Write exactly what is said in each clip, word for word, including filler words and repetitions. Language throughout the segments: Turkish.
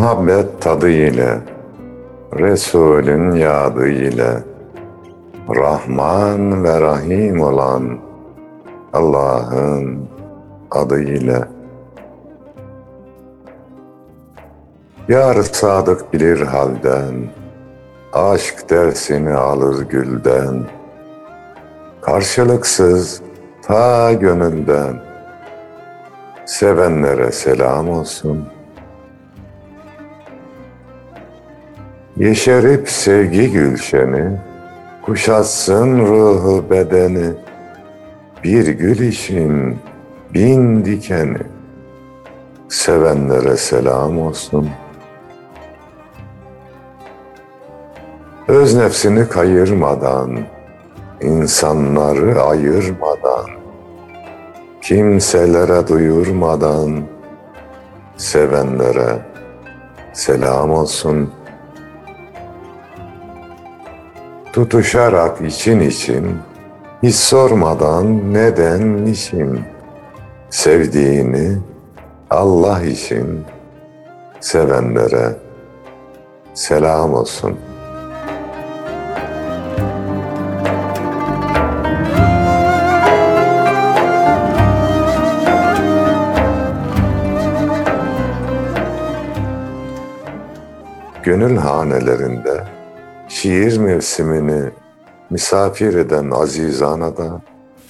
Muhabbet tadı ile, Resulün yadı ile, Rahman ve Rahim olan Allah'ın adı ile. Yar sadık bilir halden, aşk dersini alır gülden, karşılıksız ta gönülden, sevenlere selam olsun. Yeşerip sevgi gülşeni, kuşatsın ruhu bedeni, bir gül için bin dikeni, sevenlere selam olsun. Öz nefsini kayırmadan, insanları ayırmadan, kimselere duyurmadan, sevenlere selam olsun. Tutuşarak için için, hiç sormadan neden niçin, sevdiğini Allah için, sevenlere selam olsun. Gönül hanelerinde şiir mevsimini misafir eden azizana da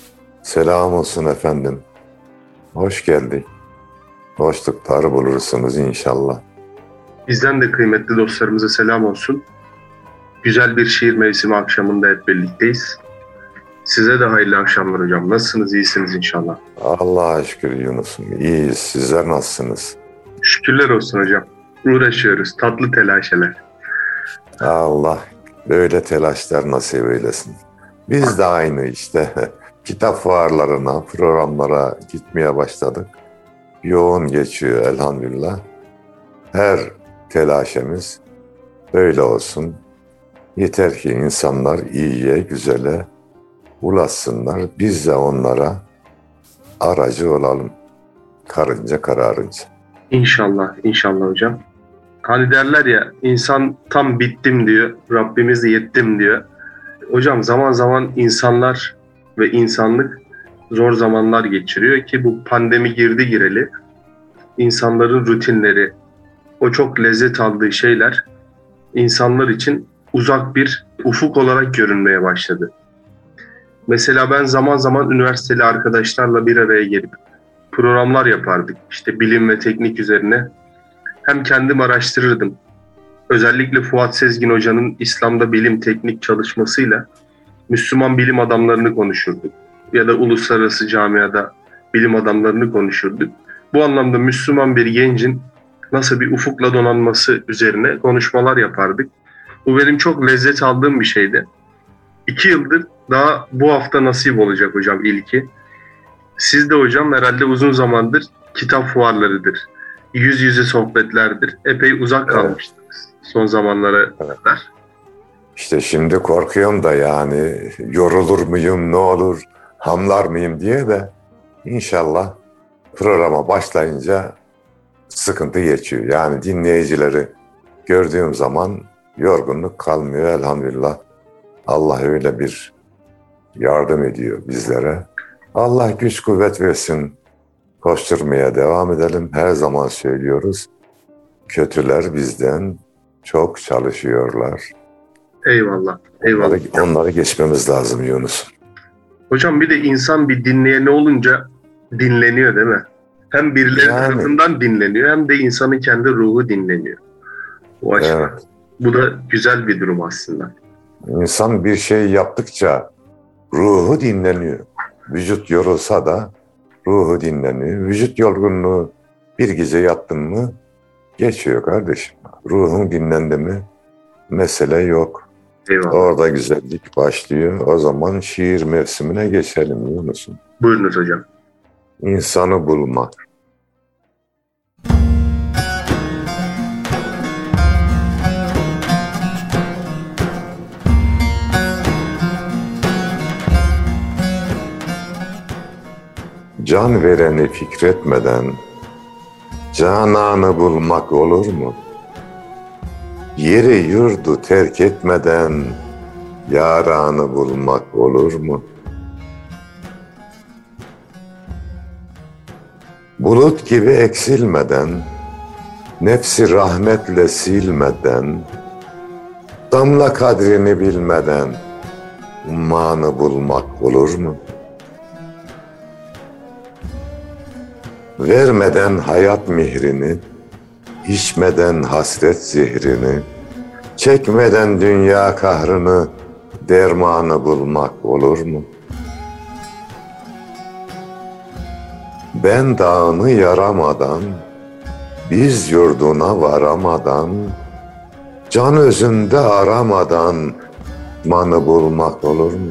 selam olsun efendim. Hoş geldik. Hoşluklar bulursunuz inşallah. Bizden de kıymetli dostlarımıza selam olsun. Güzel bir şiir mevsimi akşamında hep birlikteyiz. Size de hayırlı akşamlar hocam. Nasılsınız? İyisiniz inşallah. Allah'a şükür Yunus'um. İyiyiz. Sizler nasılsınız? Şükürler olsun hocam. Uğraşıyoruz. Tatlı telaşeler. Allah böyle telaşlar nasip eylesin. Biz de aynı işte. Kitap fuarlarına, programlara gitmeye başladık. Yoğun geçiyor elhamdülillah. Her telaşemiz böyle olsun. Yeter ki insanlar iyiye, güzele ulaşsınlar. Biz de onlara aracı olalım. Karınca kararınca. İnşallah, inşallah hocam. Hani derler ya, insan tam bittim diyor, Rabbimiz de yettim diyor. Hocam zaman zaman insanlar ve insanlık zor zamanlar geçiriyor ki bu pandemi girdi gireli. İnsanların rutinleri, o çok lezzet aldığı şeyler insanlar için uzak bir ufuk olarak görünmeye başladı. Mesela ben zaman zaman üniversiteli arkadaşlarla bir araya gelip programlar yapardık. İşte bilim ve teknik üzerine. Hem kendim araştırırdım. Özellikle Fuat Sezgin Hoca'nın İslam'da bilim teknik çalışmasıyla Müslüman bilim adamlarını konuşurduk. Ya da uluslararası camiada bilim adamlarını konuşurduk. Bu anlamda Müslüman bir gencin nasıl bir ufukla donanması üzerine konuşmalar yapardık. Bu benim çok lezzet aldığım bir şeydi. İki yıldır daha bu hafta nasip olacak hocam ilki. Siz de hocam herhalde uzun zamandır kitap fuarlarıdır, yüz yüze sohbetlerdir. Epey uzak kalmıştınız evet. Son zamanlara kadar. Evet. İşte şimdi korkuyorum da yani yorulur muyum, ne olur, hamlar mıyım diye de inşallah programa başlayınca sıkıntı geçiyor. Yani dinleyicileri gördüğüm zaman yorgunluk kalmıyor elhamdülillah. Allah öyle bir yardım ediyor bizlere. Allah güç kuvvet versin. Koşturmaya devam edelim. Her zaman söylüyoruz. Kötüler bizden çok çalışıyorlar. Eyvallah. Eyvallah. Onları, onları geçmemiz lazım Yunus. Hocam bir de insan bir dinleyeni olunca dinleniyor değil mi? Hem birileri yani, tarafından dinleniyor hem de insanın kendi ruhu dinleniyor. Bu açıdan. Evet. Bu da güzel bir durum aslında. İnsan bir şey yaptıkça ruhu dinleniyor. Vücut yorulsa da ruhu dinleniyor. Vücut yorgunluğu bir gece yattın mı geçiyor kardeşim. Ruhun dinlendi mi mesele yok. Eyvallah. Orada güzellik başlıyor. O zaman şiir mevsimine geçelim Yunus'um. Buyurunuz hocam. İnsanı bulmak. Can vereni fikretmeden cananı bulmak olur mu? Yeri yurdu terk etmeden yaranı bulmak olur mu? Bulut gibi eksilmeden, nefsi rahmetle silmeden, damla kadrini bilmeden ummanı bulmak olur mu? Vermeden hayat mihrini, içmeden hasret zehrini, çekmeden dünya kahrını, dermanı bulmak olur mu? Ben dağını yaramadan, biz yurduna varamadan, can özünde aramadan manı bulmak olur mu?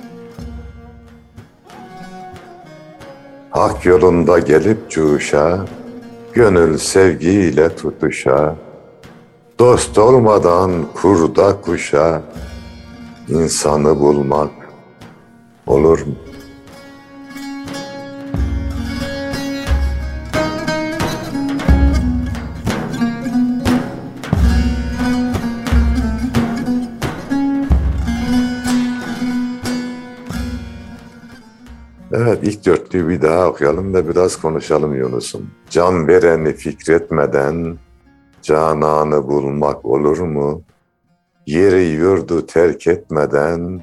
Hak yolunda gelip cuşa, gönül sevgiyle tutuşa, dost olmadan kurda kuşa, insanı bulmak olur mu? Evet, ilk dörtlüğü bir daha okuyalım ve biraz konuşalım Yunus'um. Can vereni fikretmeden cananı bulmak olur mu? Yeri yurdu terk etmeden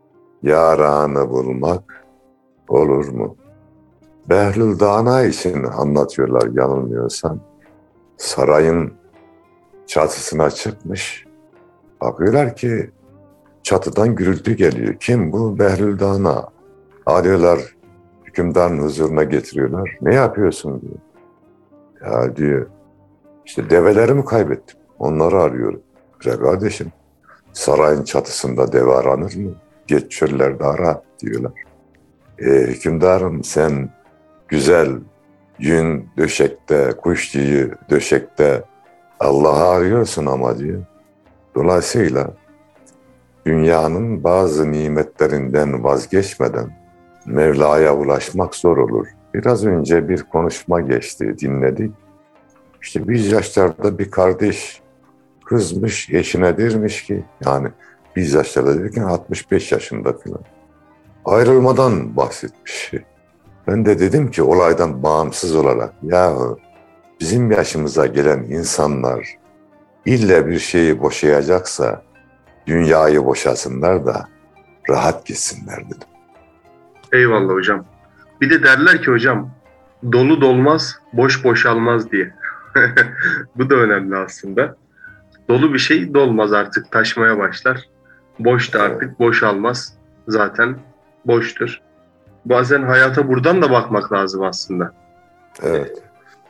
yaranı bulmak olur mu? Behlül Dana için anlatıyorlar yanılmıyorsam. Sarayın çatısına çıkmış. Bakıyorlar ki çatıdan gürültü geliyor. Kim bu? Behlül Dana. Arıyorlar, hükümdarın huzuruna getiriyorlar. Ne yapıyorsun diyor. Ya diyor, işte develerimi kaybettim. Onları arıyorum. Güzel kardeşim, sarayın çatısında deve aranır mı? Geç çöllerde ara diyorlar. E, hükümdarım sen güzel yün döşekte, kuş tüyü döşekte Allah'ı arıyorsun ama diyor. Dolayısıyla dünyanın bazı nimetlerinden vazgeçmeden Mevla'ya ulaşmak zor olur. Biraz önce bir konuşma geçti, dinledik. İşte biz yaşlarda bir kardeş kızmış, eşine dermiş ki, yani biz yaşlarda derken altmış beş yaşında falan. Ayrılmadan bahsetmiş. Ben de dedim ki olaydan bağımsız olarak, yahu bizim yaşımıza gelen insanlar ille bir şeyi boşayacaksa dünyayı boşasınlar da rahat gitsinler dedim. Eyvallah hocam. Bir de derler ki hocam, dolu dolmaz, boş boşalmaz diye. Bu da önemli aslında. Dolu bir şey dolmaz, artık taşmaya başlar. Boş da artık boşalmaz. Zaten boştur. Bazen hayata buradan da bakmak lazım aslında. Evet.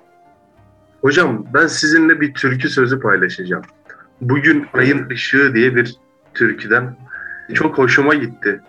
Hocam ben sizinle bir türkü sözü paylaşacağım. Bugün Ayın Işığı diye bir türküden. Çok hoşuma gitti.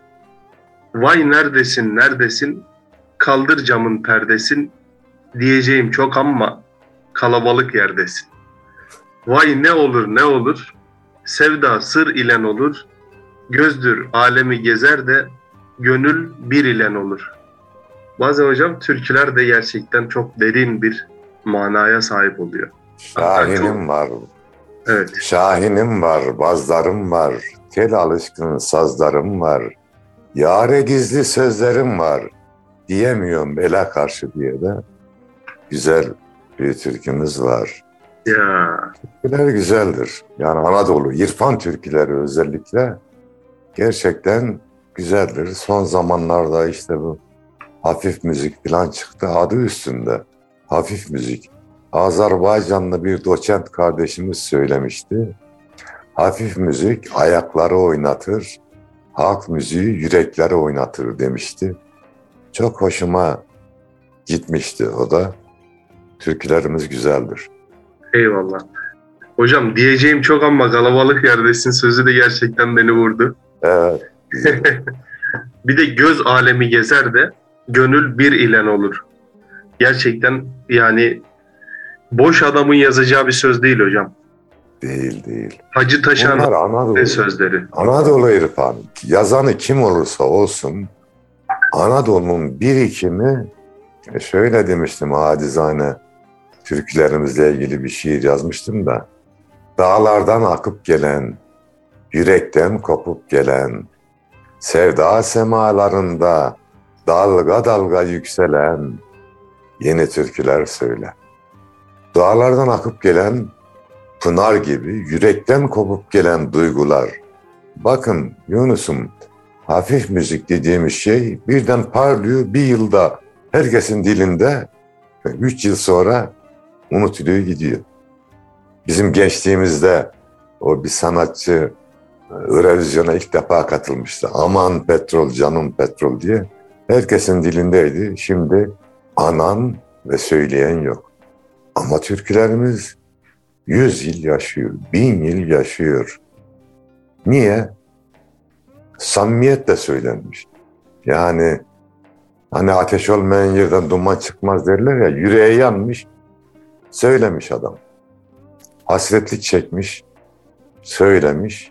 Vay neredesin, neredesin, kaldır camın perdesin, diyeceğim çok ama kalabalık yerdesin. Vay ne olur ne olur, sevda sır ilen olur, gözdür alemi gezer de gönül bir ilen olur. Bazen hocam türküler de gerçekten çok derin bir manaya sahip oluyor. Şahinim var. Evet. Şahinim var, bazlarım var, tel alışkın sazlarım var. Yâre gizli sözlerim var, diyemiyorum ele karşı diye de güzel bir türkümüz var. Ya. Türküler güzeldir. Yani Anadolu, İrfan türküleri özellikle gerçekten güzeldir. Son zamanlarda işte bu hafif müzik falan çıktı adı üstünde. Hafif müzik. Azerbaycanlı bir doçent kardeşimiz söylemişti. Hafif müzik ayakları oynatır, halk müziği yürekleri oynatır demişti. Çok hoşuma gitmişti o da. Türkülerimiz güzeldir. Eyvallah. Hocam diyeceğim çok ama kalabalık yerdesin sözü de gerçekten beni vurdu. Evet. Bir de göz alemi gezer de gönül bir ilen olur. Gerçekten yani boş adamın yazacağı bir söz değil hocam. Değil değil. Hacı Bunlar Taşan'ın Anadolu. sözleri. Anadolu İrfanı. Yazanı kim olursa olsun Anadolu'nun birikimi, şöyle demiştim acizane, türkülerimizle ilgili bir şiir yazmıştım da, Dağlardan akıp gelen, yürekten kopup gelen, sevda semalarında dalga dalga yükselen yeni türküler söyle. Dağlardan akıp gelen, pınar gibi yürekten kopup gelen duygular. Bakın Yunus'um, hafif müzik dediğimiz şey birden parlıyor bir yılda herkesin dilinde, üç yıl sonra unutuluyor gidiyor. Bizim gençliğimizde o bir sanatçı Eurovizyona ilk defa katılmıştı. Aman petrol, canım petrol diye. Herkesin dilindeydi. Şimdi anan ve söyleyen yok. Ama türkülerimiz yüz yıl yaşıyor, bin yıl yaşıyor. Niye? Samimiyetle söylenmiş. Yani hani ateş olmayan yerden duman çıkmaz derler ya, yüreği yanmış, söylemiş adam. Hasretlik çekmiş, söylemiş.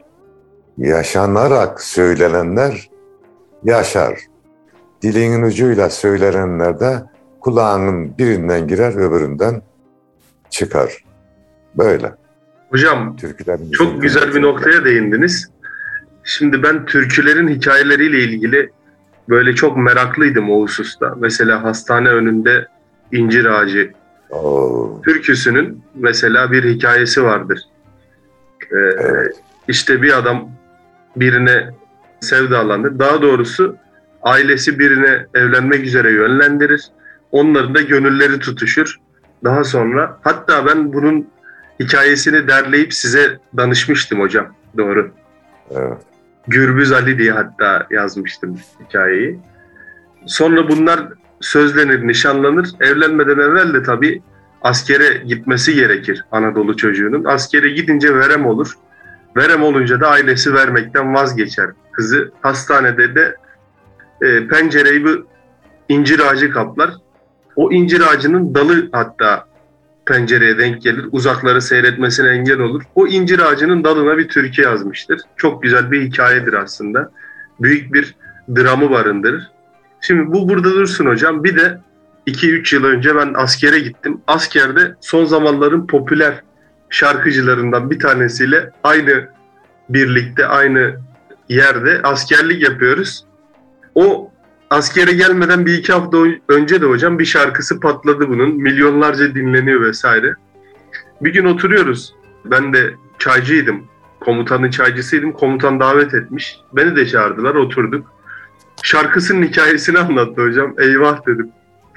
Yaşanarak söylenenler yaşar. Dilinin ucuyla söylenenler de kulağının birinden girer, öbüründen çıkar. Böyle. Hocam Türkülerimizin çok güzel bir noktaya değindiniz. Şimdi ben türkülerin hikayeleriyle ilgili böyle çok meraklıydım o hususta. Mesela hastane önünde incir ağacı Oo, türküsünün mesela bir hikayesi vardır. Ee, evet. işte bir adam birine sevdalanır. Daha doğrusu ailesi birine evlenmek üzere yönlendirir. Onların da gönülleri tutuşur. Daha sonra hatta ben bunun hikayesini derleyip size danışmıştım hocam. Doğru. Evet. Gürbüz Ali diye hatta yazmıştım hikayeyi. Sonra bunlar sözlenir, nişanlanır. Evlenmeden evvel de tabii askere gitmesi gerekir Anadolu çocuğunun. Askere gidince verem olur. Verem olunca da ailesi vermekten vazgeçer. Kızı hastanede de e, pencereyi bir incir ağacı kaplar. O incir ağacının dalı hatta pencereye denk gelir. Uzakları seyretmesine engel olur. O incir ağacının dalına bir türkü yazmıştır. Çok güzel bir hikayedir aslında. Büyük bir dramı barındırır. Şimdi bu burada dursun hocam. Bir de iki üç yıl önce ben askere gittim. Askerde son zamanların popüler şarkıcılarından bir tanesiyle aynı birlikte, aynı yerde askerlik yapıyoruz. O askere gelmeden bir iki hafta önce de hocam bir şarkısı patladı bunun. Milyonlarca dinleniyor vesaire. Bir gün oturuyoruz. Ben de çaycıydım. Komutanın çaycısıydım. Komutan davet etmiş. Beni de çağırdılar. Oturduk. Şarkısının hikayesini anlattı hocam. Eyvah dedim.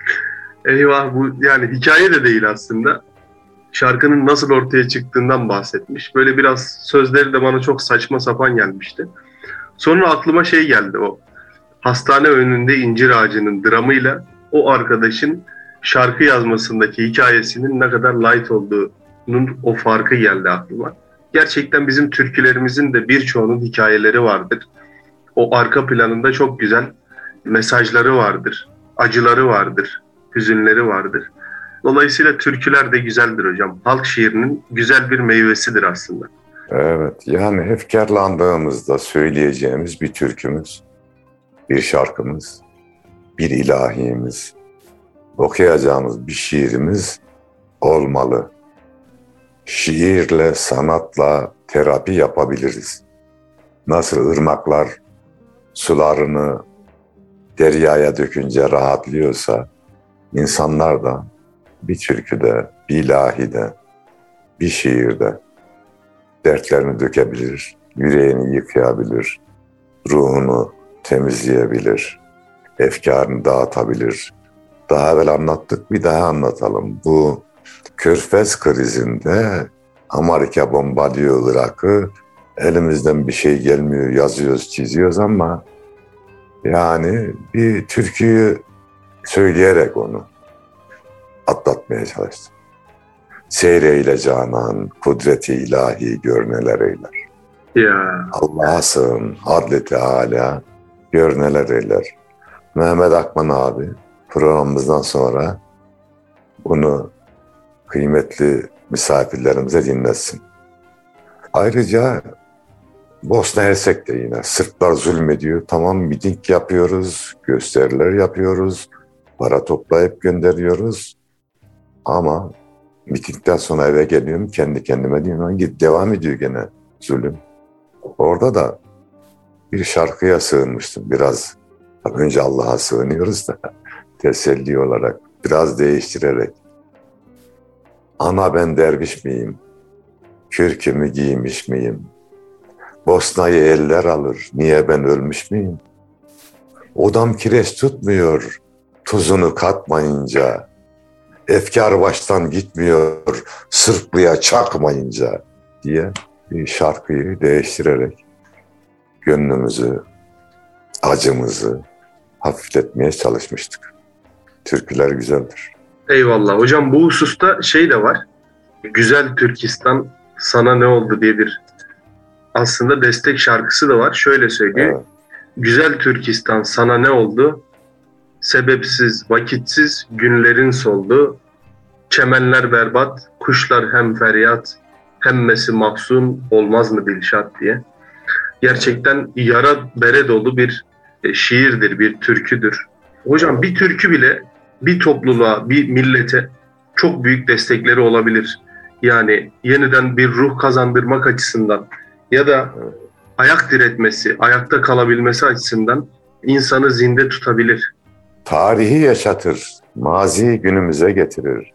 Eyvah, bu yani hikaye de değil aslında. Şarkının nasıl ortaya çıktığından bahsetmiş. Böyle biraz sözleri de bana çok saçma sapan gelmişti. Sonra aklıma şey geldi, o hastane önünde incir ağacının dramıyla o arkadaşın şarkı yazmasındaki hikayesinin ne kadar light olduğunun o farkı geldi aklıma. Gerçekten bizim türkülerimizin de birçoğunun hikayeleri vardır. O arka planında çok güzel mesajları vardır, acıları vardır, hüzünleri vardır. Dolayısıyla türküler de güzeldir hocam. Halk şiirinin güzel bir meyvesidir aslında. Evet, yani efkarlandığımızda söyleyeceğimiz bir türkümüz, bir şarkımız, bir ilahimiz, okuyacağımız bir şiirimiz olmalı. Şiirle, sanatla terapi yapabiliriz. Nasıl ırmaklar sularını deryaya dökünce rahatlıyorsa, insanlar da bir türküde, bir ilahide, bir şiirde dertlerini dökebilir, yüreğini yıkayabilir, ruhunu temizleyebilir, efkarını dağıtabilir. Daha evvel anlattık, bir daha anlatalım. Bu Körfez krizinde Amerika bombalıyor Irak'ı, elimizden bir şey gelmiyor, yazıyoruz, çiziyoruz ama yani bir türküyü söyleyerek onu atlatmaya çalıştım. Seyreyle canan, kudreti ilahi gör neler eyler. Ya. Allah'a sığın, adleti âlâ gör neler eyler. Mehmet Akman abi programımızdan sonra bunu kıymetli misafirlerimize dinletsin. Ayrıca Bosna Hersek de yine Sırplar zulmediyor. Tamam, miting yapıyoruz, gösteriler yapıyoruz, para toplayıp gönderiyoruz. Ama Mitingden sonra eve geliyorum, kendi kendime diyorum, "Lan git, devam ediyor gene zulüm." Orada da bir şarkıya sığınmıştım biraz. Tabii önce Allah'a sığınıyoruz da teselli olarak, biraz değiştirerek. Ana ben derviş miyim? Kürkümü giymiş miyim? Bosna'yı eller alır, niye ben ölmüş müyüm? Odam kireç tutmuyor, tuzunu katmayınca. Efkar baştan gitmiyor, sırplıya çakmayınca diye bir şarkıyı değiştirerek gönlümüzü, acımızı hafifletmeye çalışmıştık. Türküler güzeldir. Eyvallah. Hocam bu hususta şey de var. Güzel Türkistan sana ne oldu diye bir aslında destek şarkısı da var. Şöyle söylüyor. Evet. Güzel Türkistan sana ne oldu? Sebepsiz, vakitsiz günlerin soldu. Çemenler berbat, kuşlar hem feryat, hemmesi mahzun, olmaz mı Dilşat diye. Gerçekten yara bere dolu bir e, şiirdir, bir türküdür. Hocam bir türkü bile bir topluluğa, bir millete çok büyük destekleri olabilir. Yani yeniden bir ruh kazandırmak açısından ya da ayak diretmesi, ayakta kalabilmesi açısından insanı zinde tutabilir. Tarihi yaşatır, maziyi günümüze getirir.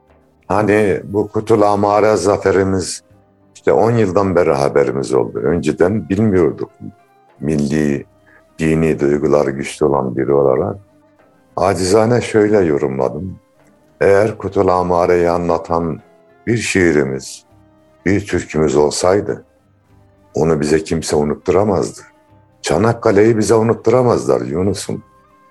Hani bu Kutul Amare zaferimiz işte on yıldan beri haberimiz oldu. Önceden bilmiyorduk. Milli, dini duygular güçlü olan biri olarak. Acizane şöyle yorumladım. Eğer Kutul Amare'yi anlatan bir şiirimiz, bir türkümüz olsaydı, onu bize kimse unutturamazdı. Çanakkale'yi bize unutturamazlar Yunus'um.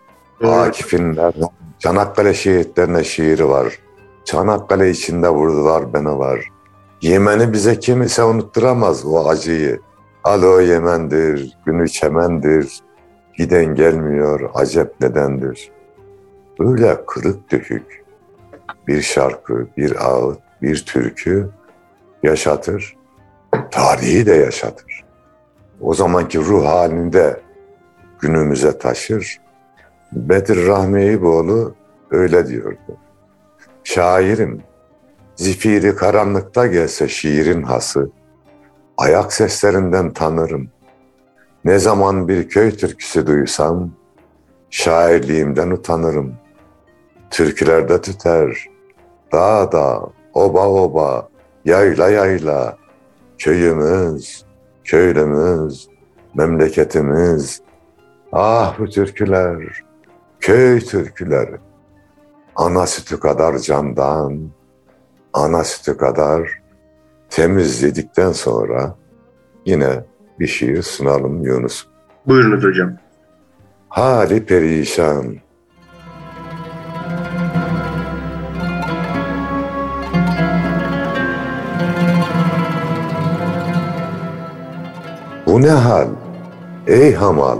Akif'in Çanakkale şehitlerine şiiri var. Çanakkale içinde vurdular beni var. Yemen'i bize kimse unutturamaz o acıyı. Alo Yemen'dir, günü çemendir. Giden gelmiyor, acep nedendir. Böyle kırık dökük bir şarkı, bir ağıt, bir türkü yaşatır. Tarihi de yaşatır. O zamanki ruh halinde günümüze taşır. Bedir Rahmi Eyüboğlu öyle diyordu. Şairim, zifiri karanlıkta gelse şiirin hası, ayak seslerinden tanırım. Ne zaman bir köy türküsü duysam, şairliğimden utanırım. Türkülerde tüter, dağ dağ, oba oba, yayla yayla, köyümüz, köylümüz, memleketimiz. Ah bu türküler, köy türküleri. Ana sütü kadar candan, ana sütü kadar temizledikten sonra yine bir şiir sunalım Yunus. Buyurunuz hocam. Hali perişan. Bu ne hal ey hamal?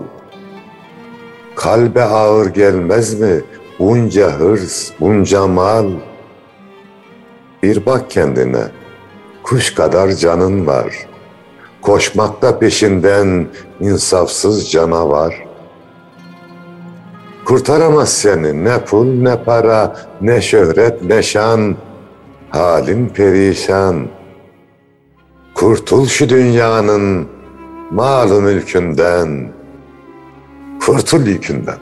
Kalbe ağır gelmez mi bunca hırs, bunca mal? Bir bak kendine, kuş kadar canın var. Koşmakta peşinden insafsız canavar. Kurtaramaz seni ne pul ne para, ne şöhret ne şan. Halin perişan. Kurtul şu dünyanın mal-ı mülkünden. Kurtul yükünden.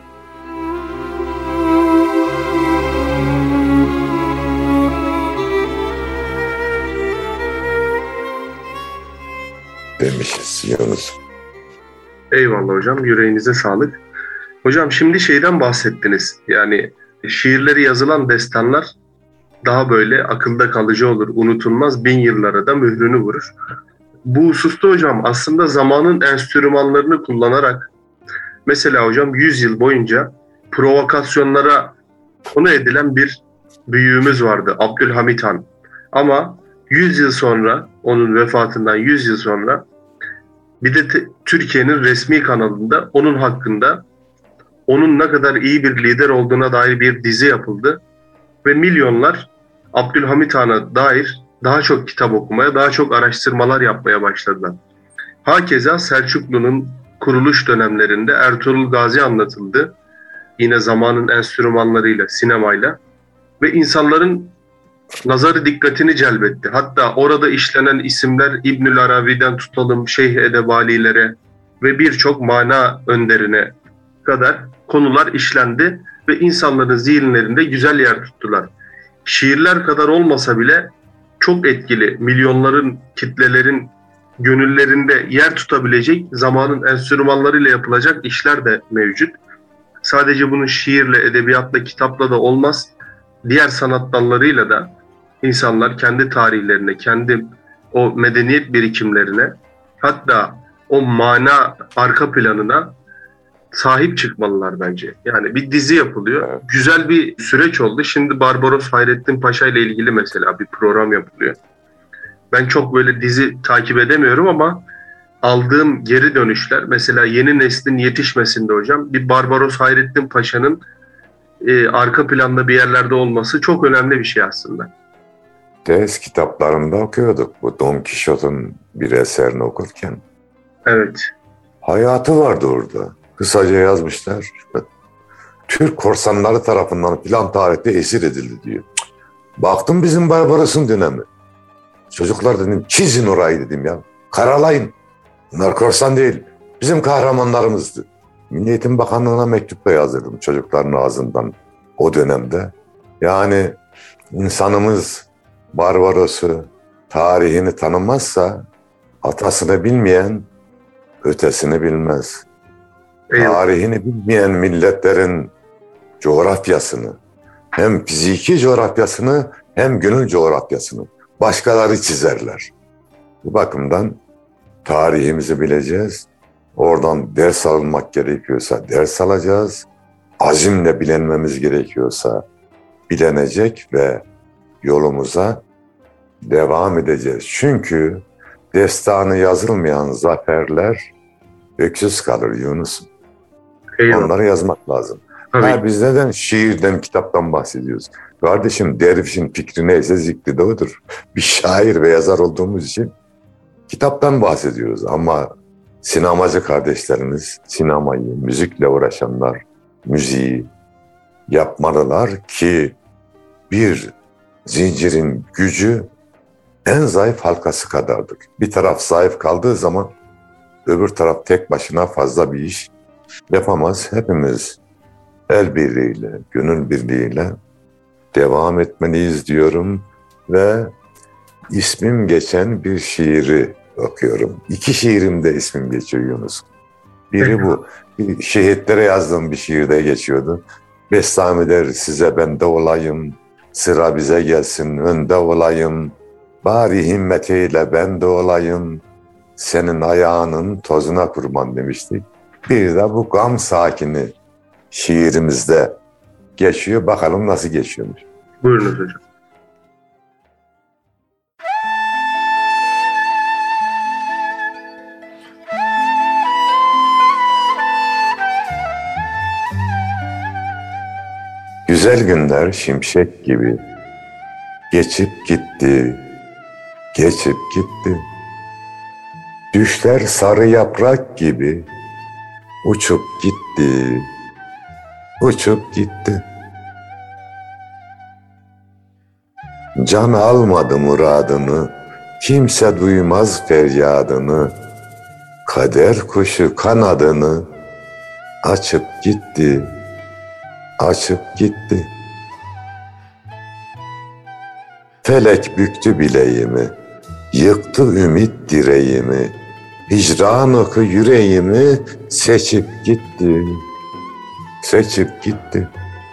Demişiz Yunus. Eyvallah hocam, yüreğinize sağlık. Hocam şimdi şeyden bahsettiniz. Yani şiirleri yazılan destanlar daha böyle akılda kalıcı olur, unutulmaz, bin yıllara da mührünü vurur. Bu hususta hocam aslında zamanın enstrümanlarını kullanarak mesela hocam yüz yıl boyunca provokasyonlara konu edilen bir büyüğümüz vardı, Abdülhamit Han. Ama yüz yıl sonra, onun vefatından yüz yıl sonra bir de te- Türkiye'nin resmi kanalında onun hakkında, onun ne kadar iyi bir lider olduğuna dair bir dizi yapıldı. Ve milyonlar Abdülhamit Han'a dair daha çok kitap okumaya, daha çok araştırmalar yapmaya başladılar. Hakeza Selçuklu'nun kuruluş dönemlerinde Ertuğrul Gazi anlatıldı. Yine zamanın enstrümanlarıyla, sinemayla. Ve insanların nazarı dikkatini celbetti. Hatta orada işlenen isimler İbnül Arabi'den tutalım Şeyh Edebali'lere ve birçok mana önderine kadar konular işlendi ve insanların zihinlerinde güzel yer tuttular. Şiirler kadar olmasa bile çok etkili, milyonların, kitlelerin gönüllerinde yer tutabilecek zamanın enstrümanlarıyla yapılacak işler de mevcut. Sadece bunun şiirle, edebiyatla, kitapla da olmaz. Diğer sanat dallarıyla da insanlar kendi tarihlerine, kendi o medeniyet birikimlerine, hatta o mana arka planına sahip çıkmalılar bence. Yani bir dizi yapılıyor. Evet. Güzel bir süreç oldu. Şimdi Barbaros Hayrettin Paşa ile ilgili mesela bir program yapılıyor. Ben çok böyle dizi takip edemiyorum ama aldığım geri dönüşler, mesela yeni neslin yetişmesinde hocam bir Barbaros Hayrettin Paşa'nın e, arka planda bir yerlerde olması çok önemli bir şey aslında. Ders kitaplarında okuyorduk bu Don Quixote'un bir eserini okurken. Evet. Hayatı vardı orada. Kısaca yazmışlar. Türk korsanları tarafından filan tarihte esir edildi diyor. Baktım bizim Barbaros'un dönemi. Çocuklar dedim çizin orayı dedim ya. Karalayın. Bunlar korsan değil. Bizim kahramanlarımızdı. Milli Eğitim Bakanlığı'na mektup da yazdırdım çocukların ağzından o dönemde. Yani insanımız Barbaros'u, tarihini tanımazsa atasını bilmeyen ötesini bilmez. Eyvallah. Tarihini bilmeyen milletlerin coğrafyasını, hem fiziki coğrafyasını hem gönül coğrafyasını başkaları çizerler. Bu bakımdan tarihimizi bileceğiz. Oradan ders almak gerekiyorsa ders alacağız. Azimle bilenmemiz gerekiyorsa bilenecek ve yolumuza devam edeceğiz. Çünkü destanı yazılmayan zaferler öksüz kalır Yunus. Eyvallah. Onları yazmak lazım. Tabii. Ha, biz neden şiirden, kitaptan bahsediyoruz? Kardeşim dervişin fikri neyse zikri de odur. Bir şair ve yazar olduğumuz için kitaptan bahsediyoruz. Ama sinemacı kardeşlerimiz, sinemayı, müzikle uğraşanlar, müziği yapmalılar ki bir zincirin gücü en zayıf halkası kadardır. Bir taraf zayıf kaldığı zaman öbür taraf tek başına fazla bir iş yapamaz. Hepimiz el birliğiyle, gönül birliğiyle devam etmeliyiz diyorum ve ismim geçen bir şiiri okuyorum. İki şiirimde ismim geçiyor Yunus. Biri bu. Bir şehitlere yazdığım bir şiirde geçiyordu. Bestami der size bende olayım, sıra bize gelsin önde olayım. Bari himmetiyle bende olayım, senin ayağının tozuna kurban demiştik. Bir de bu gam sakini şiirimizde geçiyor. Bakalım nasıl geçiyormuş. Buyurunuz hocam. Güzel günler şimşek gibi geçip gitti, geçip gitti. Düşler sarı yaprak gibi uçup gitti, uçup gitti. Can almadı muradını, kimse duymaz feryadını. Kader kuşu kanadını açıp gitti, açıp gitti. Felek büktü bileğimi, yıktı ümit direğimi. Hicran oku yüreğimi seçip gitti, seçip gitti.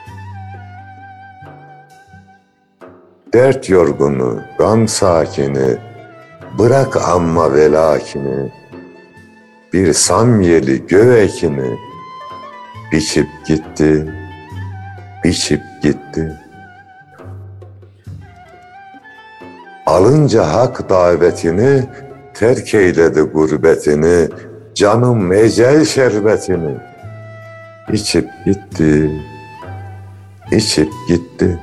Dert yorgunu, gam sakini, bırak amma velakini. Bir samyeli göğekini biçip gitti, biçip gitti. Alınca hak davetini, terk eyledi gurbetini, canım ecel şerbetini. İçip gitti, içip gitti.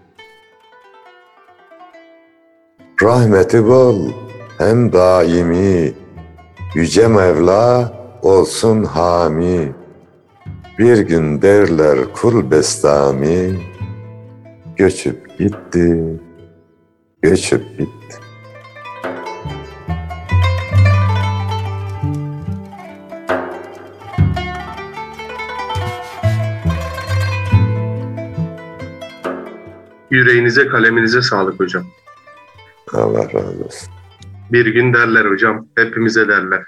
Rahmeti bol hem daimi, Yüce Mevla olsun hami. Bir gün derler kul bestami, göçüp gitti, Geçip gitti. Yüreğinize, kaleminize sağlık hocam. Allah razı olsun. Bir gün derler hocam, hepimize derler.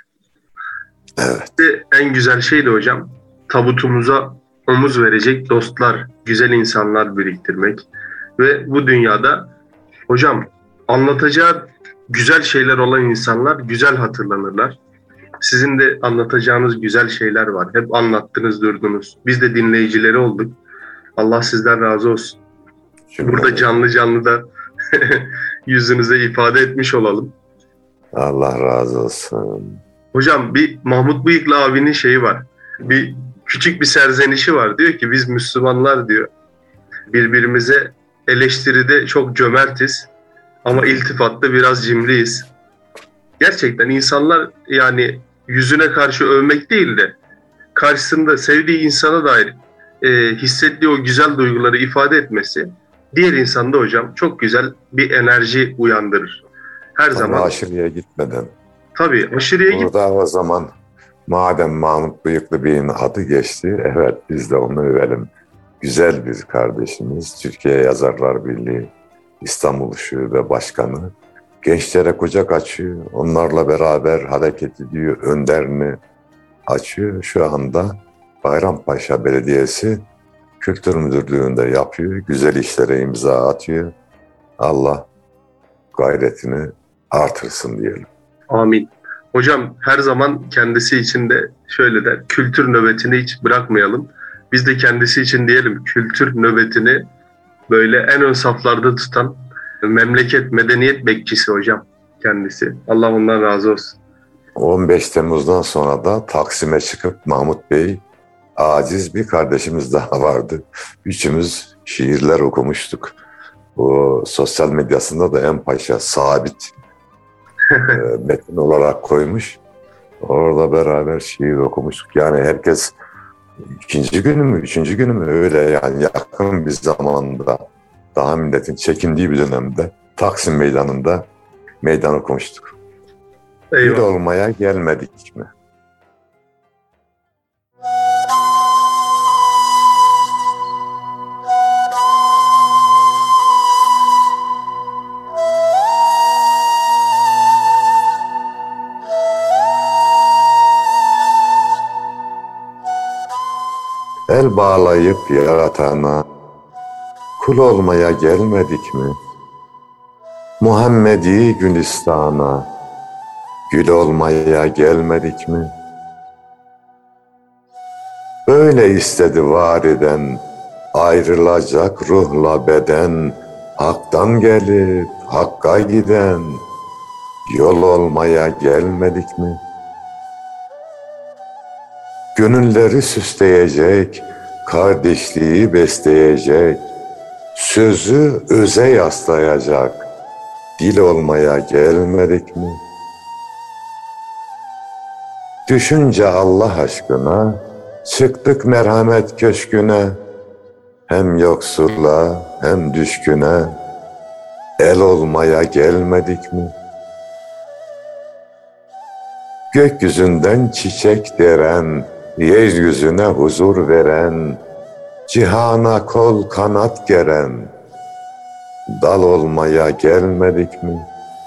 Evet. Ve en güzel şey de hocam, tabutumuza omuz verecek dostlar, güzel insanlar biriktirmek. Ve bu dünyada hocam anlatacağı güzel şeyler olan insanlar güzel hatırlanırlar. Sizin de anlatacağınız güzel şeyler var. Hep anlattınız, durdunuz. Biz de dinleyicileri olduk. Allah sizden razı olsun. Şimdi Burada canlı canlı da yüzünüze ifade etmiş olalım. Allah razı olsun. Hocam bir Mahmut Bıyıklı abinin şeyi var. Bir küçük bir serzenişi var. Diyor ki biz Müslümanlar diyor birbirimize eleştiride çok cömertiz ama iltifatta biraz cimriyiz. Gerçekten insanlar yani yüzüne karşı övmek değil de karşısında sevdiği insana dair e, hissettiği o güzel duyguları ifade etmesi diğer insanda hocam çok güzel bir enerji uyandırır. Her Ama zaman. aşırıya gitmeden. Tabii aşırıya git. Burada o zaman madem Mahmut Bıyıklı Bey'in adı geçti, evet biz de onu övelim. Güzel bir kardeşimiz, Türkiye Yazarlar Birliği İstanbul Şube Başkanı. Gençlere kucak açıyor, onlarla beraber hareket ediyor, önderini açıyor. Şu anda Bayrampaşa Belediyesi Kültür Müdürlüğü'nde yapıyor, güzel işlere imza atıyor. Allah gayretini artırsın diyelim. Amin. Hocam her zaman kendisi için de şöyle der, kültür nöbetini hiç bırakmayalım. Biz de kendisi için diyelim, kültür nöbetini böyle en ön saflarda tutan memleket, medeniyet bekçisi hocam kendisi. Allah ondan razı olsun. on beş Temmuz'dan sonra da Taksim'e çıkıp Mahmut Bey, aciz bir kardeşimiz daha vardı. Üçümüz şiirler okumuştuk. O sosyal medyasında da en paşa sabit e, metin olarak koymuş. Orada beraber şiir okumuştuk. Yani herkes ikinci günü mü, üçüncü günü mü öyle yani yakın bir zamanda daha milletin çekindiği bir dönemde Taksim Meydanı'nda meydan okumuştuk. Bir olmaya gelmedik mi? El bağlayıp yaratana kul olmaya gelmedik mi? Muhammedi Gülistan'a gül olmaya gelmedik mi? Öyle istedi var eden, ayrılacak ruhla beden, haktan gelip hakka giden, yol olmaya gelmedik mi? Gönülleri süsleyecek, kardeşliği besleyecek, sözü öze yaslayacak, dil olmaya gelmedik mi? Düşünce Allah aşkına, çıktık merhamet köşküne, hem yoksula hem düşküne, el olmaya gelmedik mi? Gökyüzünden çiçek deren, yeryüzüne huzur veren, cihana kol kanat geren, dal olmaya gelmedik mi?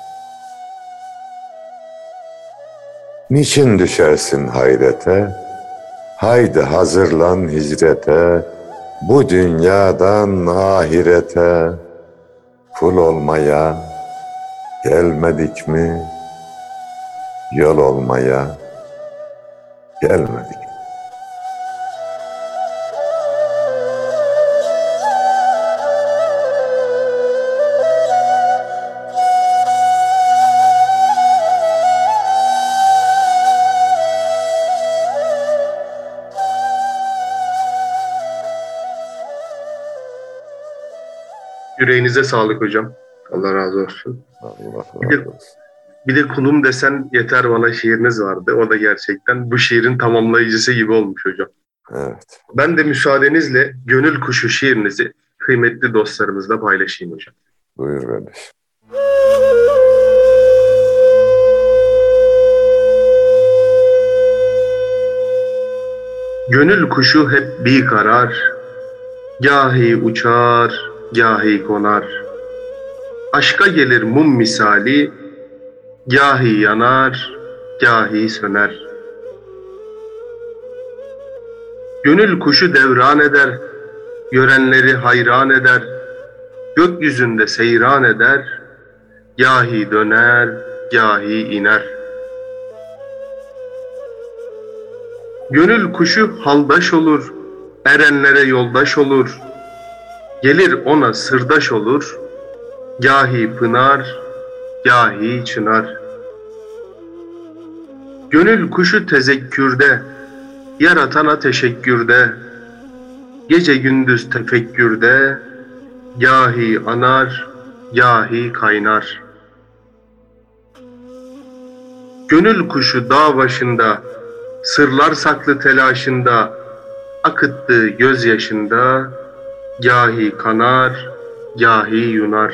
Niçin düşersin hayrete? Haydi hazırlan hicrete, bu dünyadan ahirete, kul olmaya gelmedik mi? Yol olmaya gelmedik. Yüreğinize sağlık hocam. Allah razı olsun. Allah Bir de, razı olsun. bir de kulum desen yeter bana şiiriniz vardı. O da gerçekten bu şiirin tamamlayıcısı gibi olmuş hocam. Evet. Ben de müsaadenizle Gönül Kuşu şiirinizi kıymetli dostlarımızla paylaşayım hocam. Buyur kardeş. Gönül kuşu hep bir karar, gahi uçar, gahi konar. Aşka gelir mum misali, gahi yanar, gahi söner. Gönül kuşu devran eder, görenleri hayran eder. Gökyüzünde seyran eder, gahi döner, gahi iner. Gönül kuşu haldaş olur, erenlere yoldaş olur. Gelir ona sırdaş olur, gahi pınar, gahi çınar. Gönül kuşu tezekkürde, yaratana teşekkürde. Gece gündüz tefekkürde, gahi anar, gahi kaynar. Gönül kuşu dağ başında, sırlar saklı telaşında, akıttığı gözyaşında, gahi kanar, gahi yunar.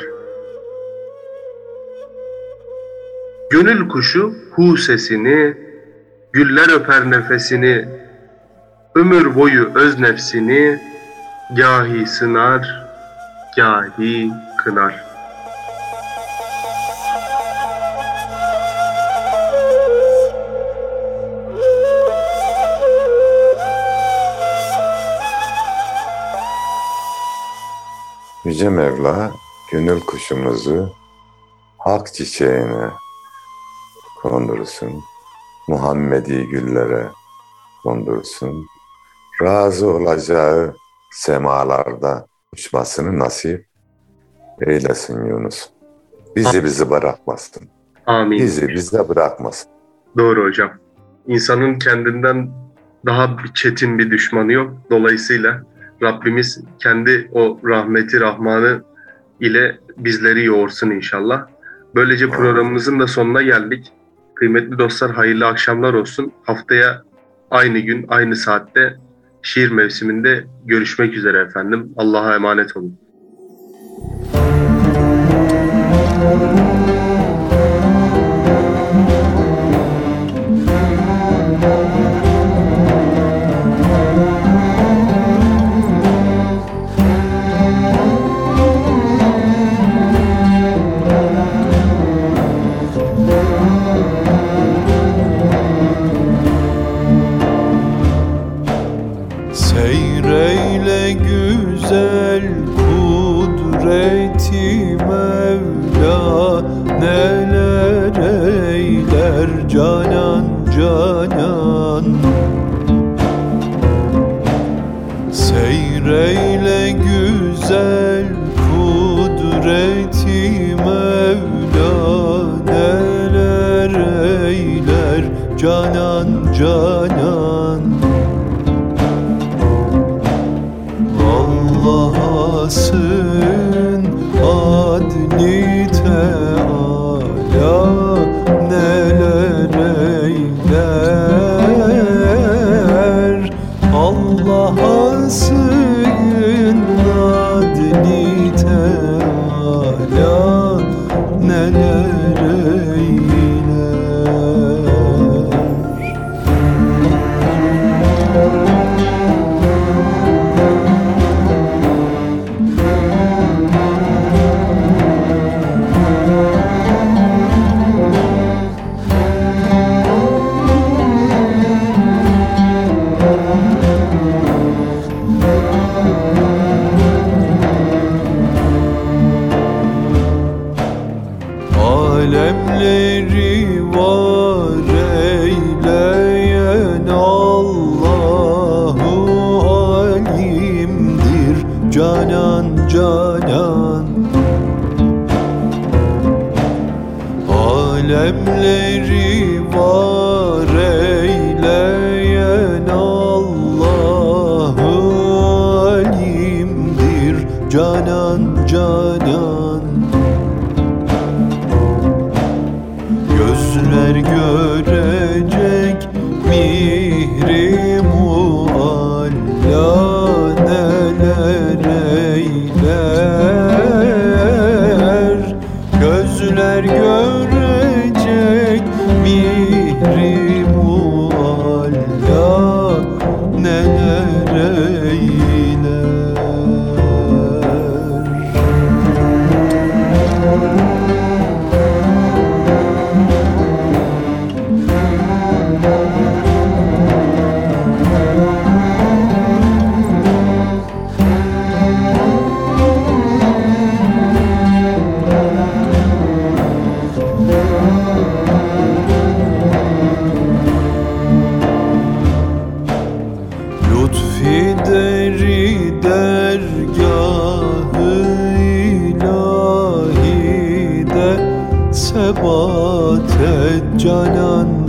Gönül kuşu hu sesini, güller öper nefesini, ömür boyu öz nefsini, gahi sınar, gahi kınar. Yüce Mevla gönül kuşumuzu hak çiçeğine kondursun, Muhammedi güllere kondursun, razı olacağı semalarda uçmasını nasip eylesin Yunus. Bizi bizi bırakmasın. Amin. Bizi bize bırakmasın. Doğru hocam. İnsanın kendinden daha bir çetin bir düşmanı yok. Dolayısıyla Rabbimiz kendi o rahmeti, rahmanı ile bizleri yoğursun inşallah. Böylece programımızın da sonuna geldik. Kıymetli dostlar, hayırlı akşamlar olsun. Haftaya aynı gün, aynı saatte şiir mevsiminde görüşmek üzere efendim. Allah'a emanet olun. Seyreyle güzel kudreti Mevla, neler eyler canan canan. Seyreyle güzel kudreti Mevla, neler eyler canan canan. Allah'asın adli Teala, neler eyler. Allah'asın adli Teala, neler eyler. Alemleri var eyleyen Allahu alimdir canan canan. Alemleri var eyleyen Allahu alimdir canan canan. Gözler görecek mihri mualla, neler eyler. Göz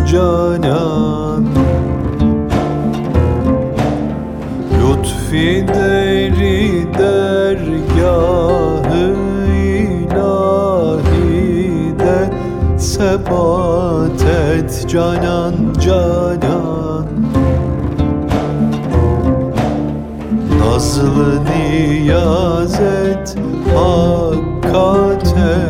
canan. Lütfi deri dergâh-ı ilâhide sebat et canan canan. Nazlı niyazet Hakka